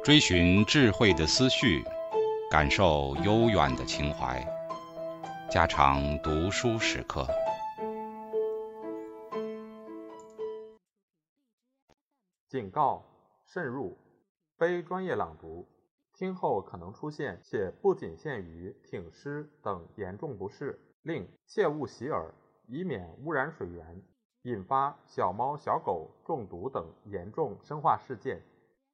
追寻智慧的思绪，感受悠远的情怀，家常读书时刻。 警告：慎入，非专业朗读，听后可能出现且不仅限于挺尸等严重不适，另切勿洗耳，以免污染水源，引发小猫小狗中毒等严重生化事件。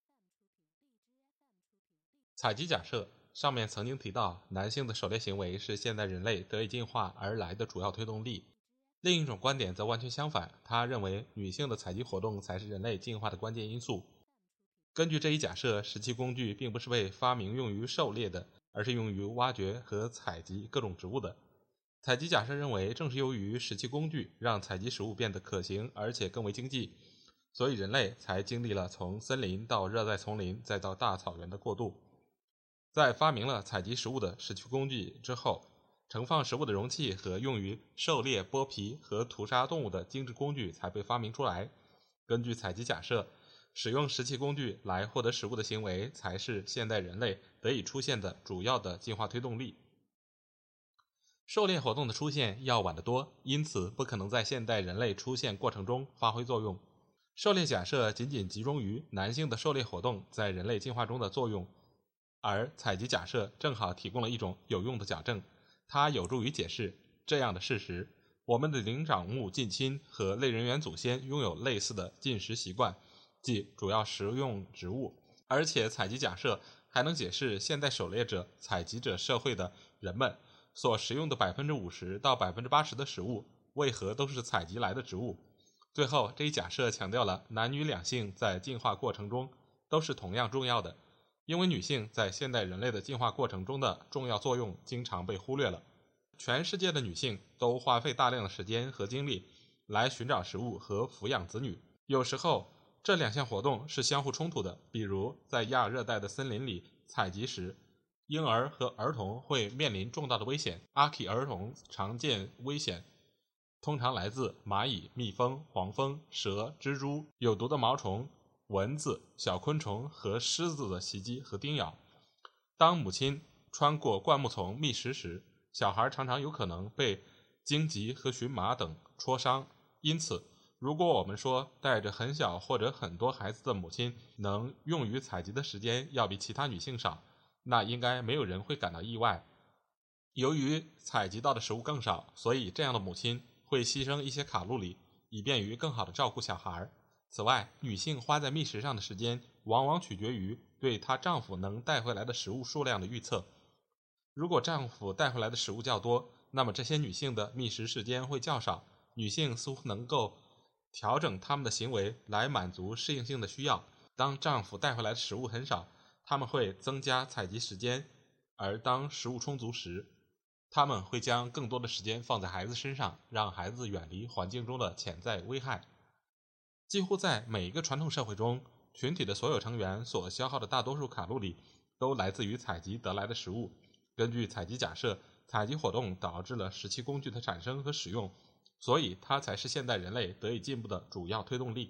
采集假设上面曾经提到，男性的狩猎行为是现代人类得以进化而来的主要推动力。另一种观点则完全相反，他认为女性的采集活动才是人类进化的关键因素。根据这一假设，石器工具并不是被发明用于狩猎的，而是用于挖掘和采集各种植物的。采集假设认为，正是由于石器工具让采集食物变得可行而且更为经济，所以人类才经历了从森林到热带丛林再到大草原的过渡。在发明了采集食物的石器工具之后，盛放食物的容器和用于狩猎、剥皮和屠杀动物的精致工具才被发明出来。根据采集假设，使用石器工具来获得食物的行为才是现代人类得以出现的主要的进化推动力。狩猎活动的出现要晚得多，因此不可能在现代人类出现过程中发挥作用。狩猎假设仅仅集中于男性的狩猎活动在人类进化中的作用，而采集假设正好提供了一种有用的矫正，它有助于解释这样的事实：我们的灵长目近亲和类人猿祖先拥有类似的进食习惯，即主要食用植物。而且采集假设还能解释现代狩猎者、采集者社会的人们所食用的 50% 到 80% 的食物为何都是采集来的植物。最后，这一假设强调了男女两性在进化过程中都是同样重要的，因为女性在现代人类的进化过程中的重要作用经常被忽略了。全世界的女性都花费大量的时间和精力来寻找食物和抚养子女，有时候这两项活动是相互冲突的。比如在亚热带的森林里采集时，婴儿和儿童会面临重大的危险。阿奇儿童常见危险通常来自蚂蚁、蜜蜂、黄蜂、蛇、蜘蛛、有毒的毛虫、蚊子、小昆虫和狮子的袭击和叮咬。当母亲穿过灌木丛觅食时，小孩常常有可能被荆棘和荨麻等戳伤。因此，如果我们说带着很小或者很多孩子的母亲能用于采集的时间要比其他女性少，那应该没有人会感到意外。由于采集到的食物更少，所以这样的母亲会牺牲一些卡路里，以便于更好地照顾小孩。此外，女性花在觅食上的时间往往取决于对她丈夫能带回来的食物数量的预测。如果丈夫带回来的食物较多，那么这些女性的觅食时间会较少。女性似乎能够调整她们的行为来满足适应性的需要。当丈夫带回来的食物很少，他们会增加采集时间，而当食物充足时，他们会将更多的时间放在孩子身上，让孩子远离环境中的潜在危害。几乎在每一个传统社会中，群体的所有成员所消耗的大多数卡路里都来自于采集得来的食物。根据采集假设，采集活动导致了石器工具的产生和使用，所以它才是现代人类得以进步的主要推动力。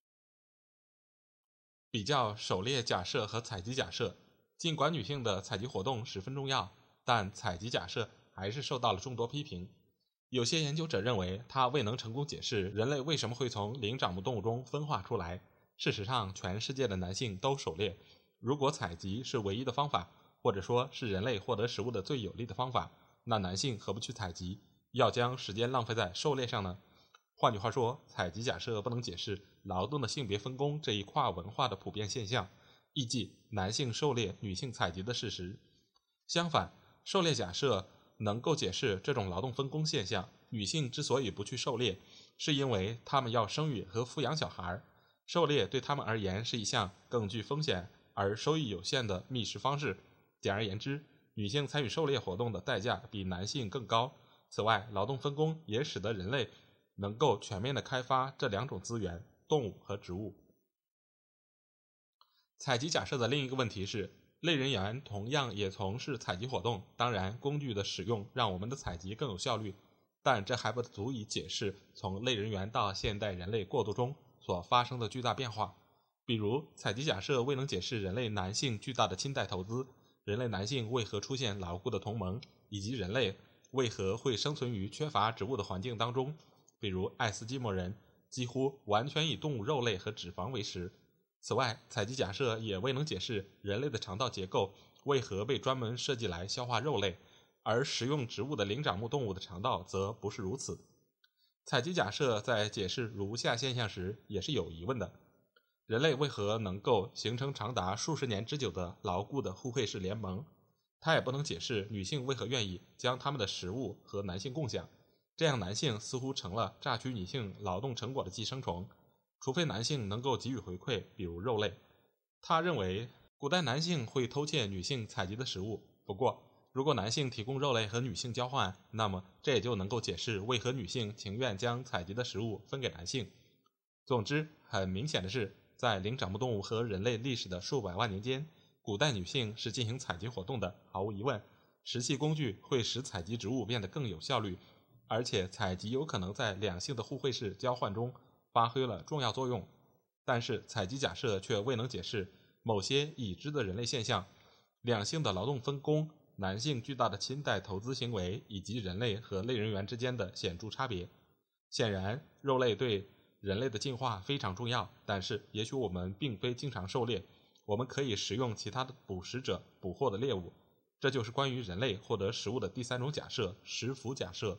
比较狩猎假设和采集假设，尽管女性的采集活动十分重要，但采集假设还是受到了众多批评。有些研究者认为，它未能成功解释人类为什么会从灵长目动物中分化出来。事实上，全世界的男性都狩猎。如果采集是唯一的方法，或者说是人类获得食物的最有力的方法，那男性何不去采集，要将时间浪费在狩猎上呢？换句话说，采集假设不能解释劳动的性别分工这一跨文化的普遍现象，亦即男性狩猎、女性采集的事实。相反，狩猎假设能够解释这种劳动分工现象。女性之所以不去狩猎，是因为她们要生育和抚养小孩。狩猎对她们而言是一项更具风险而收益有限的觅食方式。简而言之，女性参与狩猎活动的代价比男性更高。此外，劳动分工也使得人类能够全面地开发这两种资源，动物和植物。采集假设的另一个问题是，类人猿同样也从事采集活动，当然，工具的使用让我们的采集更有效率，但这还不足以解释从类人猿到现代人类过渡中所发生的巨大变化。 比如，采集假设未能解释人类男性巨大的亲代投资，人类男性为何出现牢固的同盟，以及人类为何会生存于缺乏植物的环境当中，比如爱斯基摩人几乎完全以动物肉类和脂肪为食。此外，采集假设也未能解释人类的肠道结构为何被专门设计来消化肉类，而食用植物的灵长目动物的肠道则不是如此。采集假设在解释如下现象时也是有疑问的：人类为何能够形成长达数十年之久的牢固的互惠式联盟？它也不能解释女性为何愿意将他们的食物和男性共享，这样男性似乎成了榨取女性劳动成果的寄生虫，除非男性能够给予回馈，比如肉类。他认为古代男性会偷窃女性采集的食物，不过如果男性提供肉类和女性交换，那么这也就能够解释为何女性情愿将采集的食物分给男性。总之，很明显的是，在灵长目动物和人类历史的数百万年间，古代女性是进行采集活动的。毫无疑问，石器工具会使采集植物变得更有效率，而且采集有可能在两性的互惠式交换中发挥了重要作用。但是采集假设却未能解释某些已知的人类现象，两性的劳动分工、男性巨大的亲代投资行为以及人类和类人猿之间的显著差别。显然，肉类对人类的进化非常重要，但是也许我们并非经常狩猎，我们可以食用其他的捕食者捕获的猎物。这就是关于人类获得食物的第三种假设——食腐假设。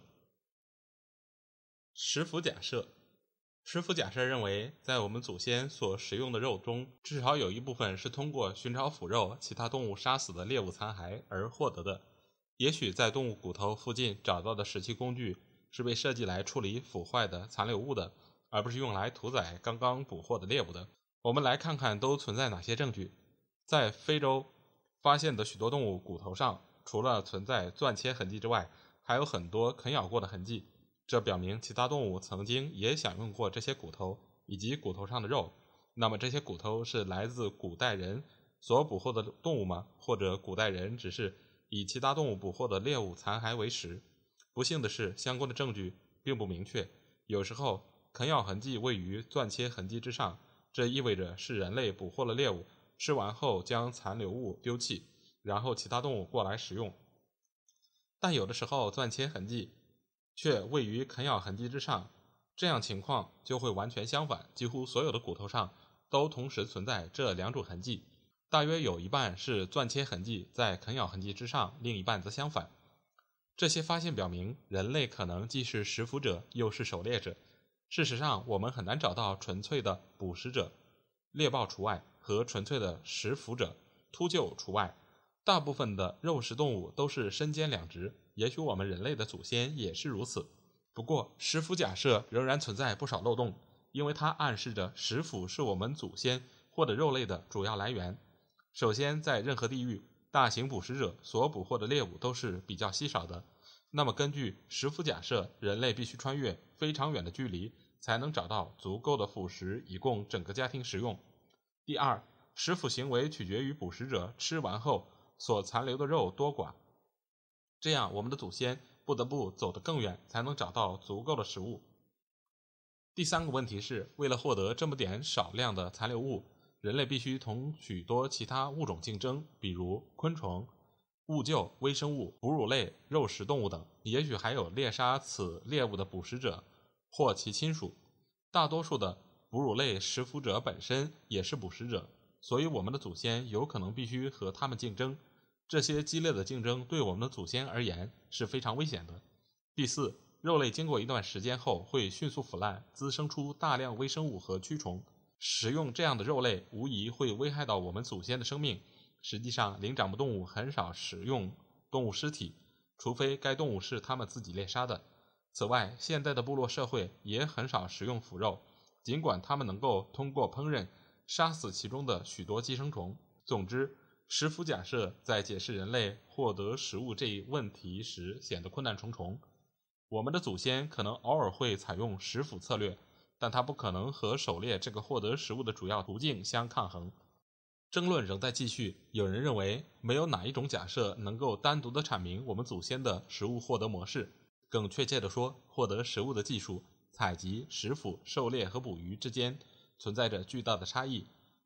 食腐假设认为，在我们祖先所食用的肉中，至少有一部分是通过寻找腐肉、其他动物杀死的猎物残骸而获得的。也许在动物骨头附近找到的石器工具是被设计来处理腐坏的残留物的，而不是用来屠宰刚刚捕获的猎物的。我们来看看都存在哪些证据。在非洲发现的许多动物骨头上，除了存在钻切痕迹之外，还有很多啃咬过的痕迹。这表明其他动物曾经也享用过这些骨头以及骨头上的肉。那么这些骨头是来自古代人所捕获的动物吗？或者古代人只是以其他动物捕获的猎物残骸为食？不幸的是，相关的证据并不明确。有时候啃咬痕迹位于钻切痕迹之上，这意味着是人类捕获了猎物，吃完后将残留物丢弃，然后其他动物过来食用。但有的时候钻切痕迹却位于啃咬痕迹之上，这样情况就会完全相反，几乎所有的骨头上都同时存在这两种痕迹，大约有一半是钻切痕迹在啃咬痕迹之上，另一半则相反。这些发现表明，人类可能既是食腐者又是狩猎者。事实上，我们很难找到纯粹的捕食者，猎豹除外，和纯粹的食腐者，秃鹫除外。大部分的肉食动物都是身兼两职，也许我们人类的祖先也是如此。不过，食腐假设仍然存在不少漏洞，因为它暗示着食腐是我们祖先获得肉类的主要来源。首先，在任何地域，大型捕食者所捕获的猎物都是比较稀少的。那么根据食腐假设，人类必须穿越非常远的距离才能找到足够的腐食以供整个家庭食用。第二，食腐行为取决于捕食者吃完后所残留的肉多寡，这样我们的祖先不得不走得更远才能找到足够的食物。第三个问题是，为了获得这么点少量的残留物，人类必须同许多其他物种竞争，比如昆虫、兀鹫、微生物、哺乳类、肉食动物等，也许还有猎杀此猎物的捕食者或其亲属。大多数的哺乳类食腐者本身也是捕食者，所以我们的祖先有可能必须和他们竞争。这些激烈的竞争对我们的祖先而言是非常危险的。第四，肉类经过一段时间后会迅速腐烂，滋生出大量微生物和蛆虫。食用这样的肉类无疑会危害到我们祖先的生命。实际上，灵长目动物很少食用动物尸体，除非该动物是它们自己猎杀的。此外，现代的部落社会也很少食用腐肉，尽管它们能够通过烹饪杀死其中的许多寄生虫。总之，食腐假设在解释人类获得食物这一问题时显得困难重重。我们的祖先可能偶尔会采用食腐策略，但它不可能和狩猎这个获得食物的主要途径相抗衡。争论仍在继续，有人认为没有哪一种假设能够单独地阐明我们祖先的食物获得模式。更确切地说，获得食物的技术，采集、食腐、狩猎和捕鱼之间存在着巨大的差异。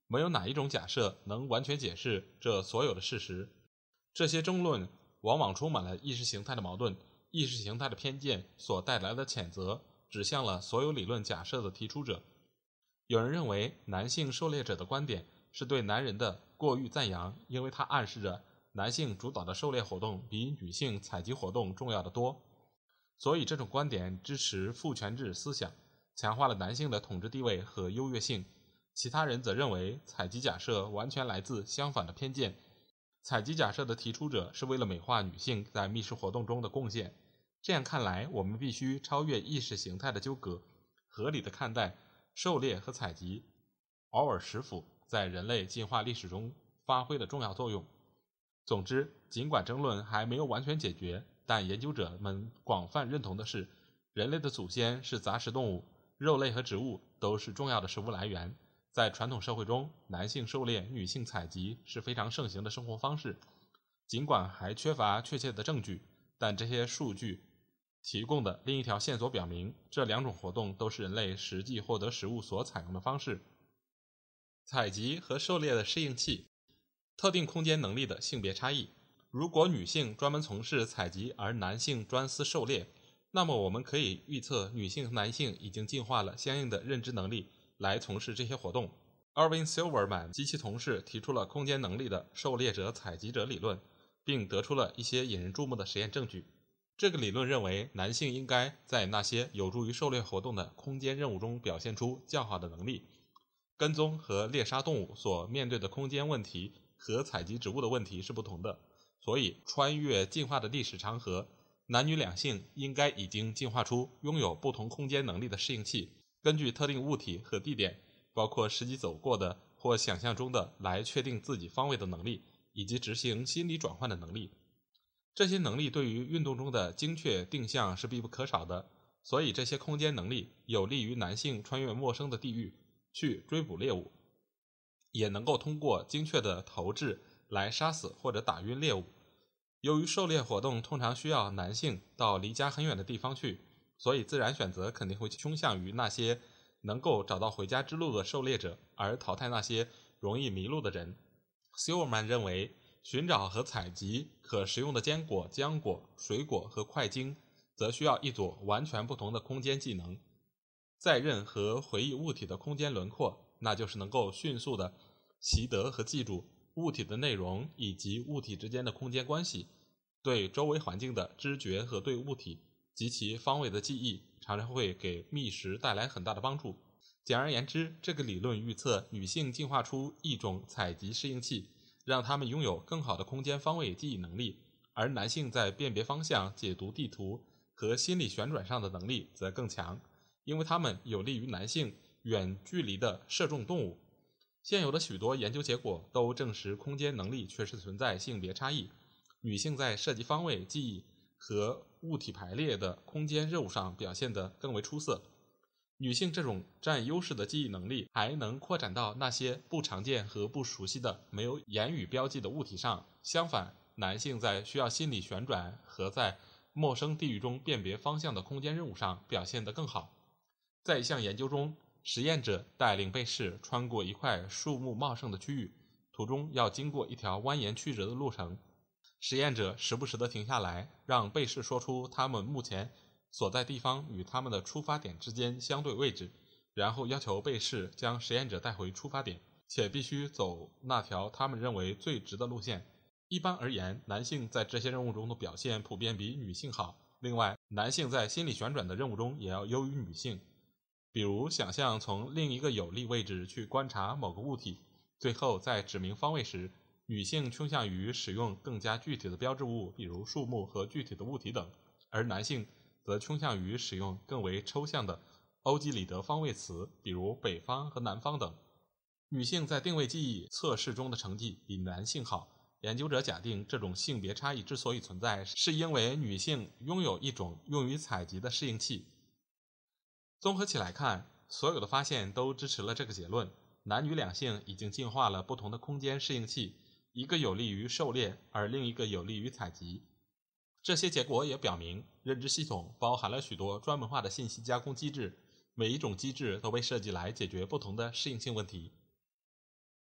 没有哪一种假设能完全解释这所有的事实。这些争论往往充满了意识形态的矛盾，意识形态的偏见所带来的谴责指向了所有理论假设的提出者。有人认为男性狩猎者的观点是对男人的过于赞扬，因为它暗示着男性主导的狩猎活动比女性采集活动重要得多，所以这种观点支持父权制思想，强化了男性的统治地位和优越性。其他人则认为采集假设完全来自相反的偏见，采集假设的提出者是为了美化女性在觅食活动中的贡献。这样看来，我们必须超越意识形态的纠葛，合理的看待狩猎和采集偶尔食腐在人类进化历史中发挥的重要作用。总之，尽管争论还没有完全解决，但研究者们广泛认同的是，人类的祖先是杂食动物，肉类和植物都是重要的食物来源。在传统社会中，男性狩猎、女性采集是非常盛行的生活方式。尽管还缺乏确切的证据，但这些数据提供的另一条线索表明，这两种活动都是人类实际获得食物所采用的方式。采集和狩猎的适应器，特定空间能力的性别差异。如果女性专门从事采集，而男性专司狩猎，那么我们可以预测女性和男性已经进化了相应的认知能力来从事这些活动。Irving Silverman 及其同事提出了空间能力的狩猎者采集者理论，并得出了一些引人注目的实验证据。这个理论认为，男性应该在那些有助于狩猎活动的空间任务中表现出较好的能力。跟踪和猎杀动物所面对的空间问题和采集植物的问题是不同的，所以穿越进化的历史长河，男女两性应该已经进化出拥有不同空间能力的适应器，根据特定物体和地点，包括实际走过的或想象中的，来确定自己方位的能力，以及执行心理转换的能力。这些能力对于运动中的精确定向是必不可少的，所以这些空间能力有利于男性穿越陌生的地域去追捕猎物，也能够通过精确的投掷来杀死或者打晕猎物。由于狩猎活动通常需要男性到离家很远的地方去，所以自然选择肯定会倾向于那些能够找到回家之路的狩猎者，而淘汰那些容易迷路的人。Silverman 认为，寻找和采集可食用的坚果、浆果、水果和块茎，则需要一组完全不同的空间技能。在认和回忆物体的空间轮廓，那就是能够迅速地习得和记住物体的内容以及物体之间的空间关系。对周围环境的知觉和对物体及其方位的记忆，常常会给觅食带来很大的帮助。简而言之，这个理论预测女性进化出一种采集适应器，让他们拥有更好的空间方位记忆能力，而男性在辨别方向、解读地图和心理旋转上的能力则更强，因为它们有利于男性远距离的射中动物。现有的许多研究结果都证实空间能力确实存在性别差异，女性在涉及方位记忆和物体排列的空间任务上表现得更为出色。女性这种占优势的记忆能力还能扩展到那些不常见和不熟悉的没有言语标记的物体上。相反，男性在需要心理旋转和在陌生地域中辨别方向的空间任务上表现得更好。在一项研究中，实验者带领被试穿过一块树木茂盛的区域，途中要经过一条蜿蜒曲折的路程。实验者时不时地停下来，让被试说出他们目前所在地方与他们的出发点之间相对位置，然后要求被试将实验者带回出发点，且必须走那条他们认为最直的路线。一般而言，男性在这些任务中的表现普遍比女性好。另外，男性在心理旋转的任务中也要优于女性，比如想象从另一个有利位置去观察某个物体。最后，在指明方位时，女性倾向于使用更加具体的标志物，比如树木和具体的物体等，而男性则倾向于使用更为抽象的欧几里得方位词，比如北方和南方等。女性在定位记忆测试中的成绩比男性好。研究者假定这种性别差异之所以存在，是因为女性拥有一种用于采集的适应器。综合起来看，所有的发现都支持了这个结论：男女两性已经进化了不同的空间适应器，一个有利于狩猎，而另一个有利于采集。这些结果也表明，认知系统包含了许多专门化的信息加工机制，每一种机制都被设计来解决不同的适应性问题。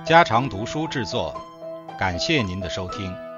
家常读书制作，感谢您的收听。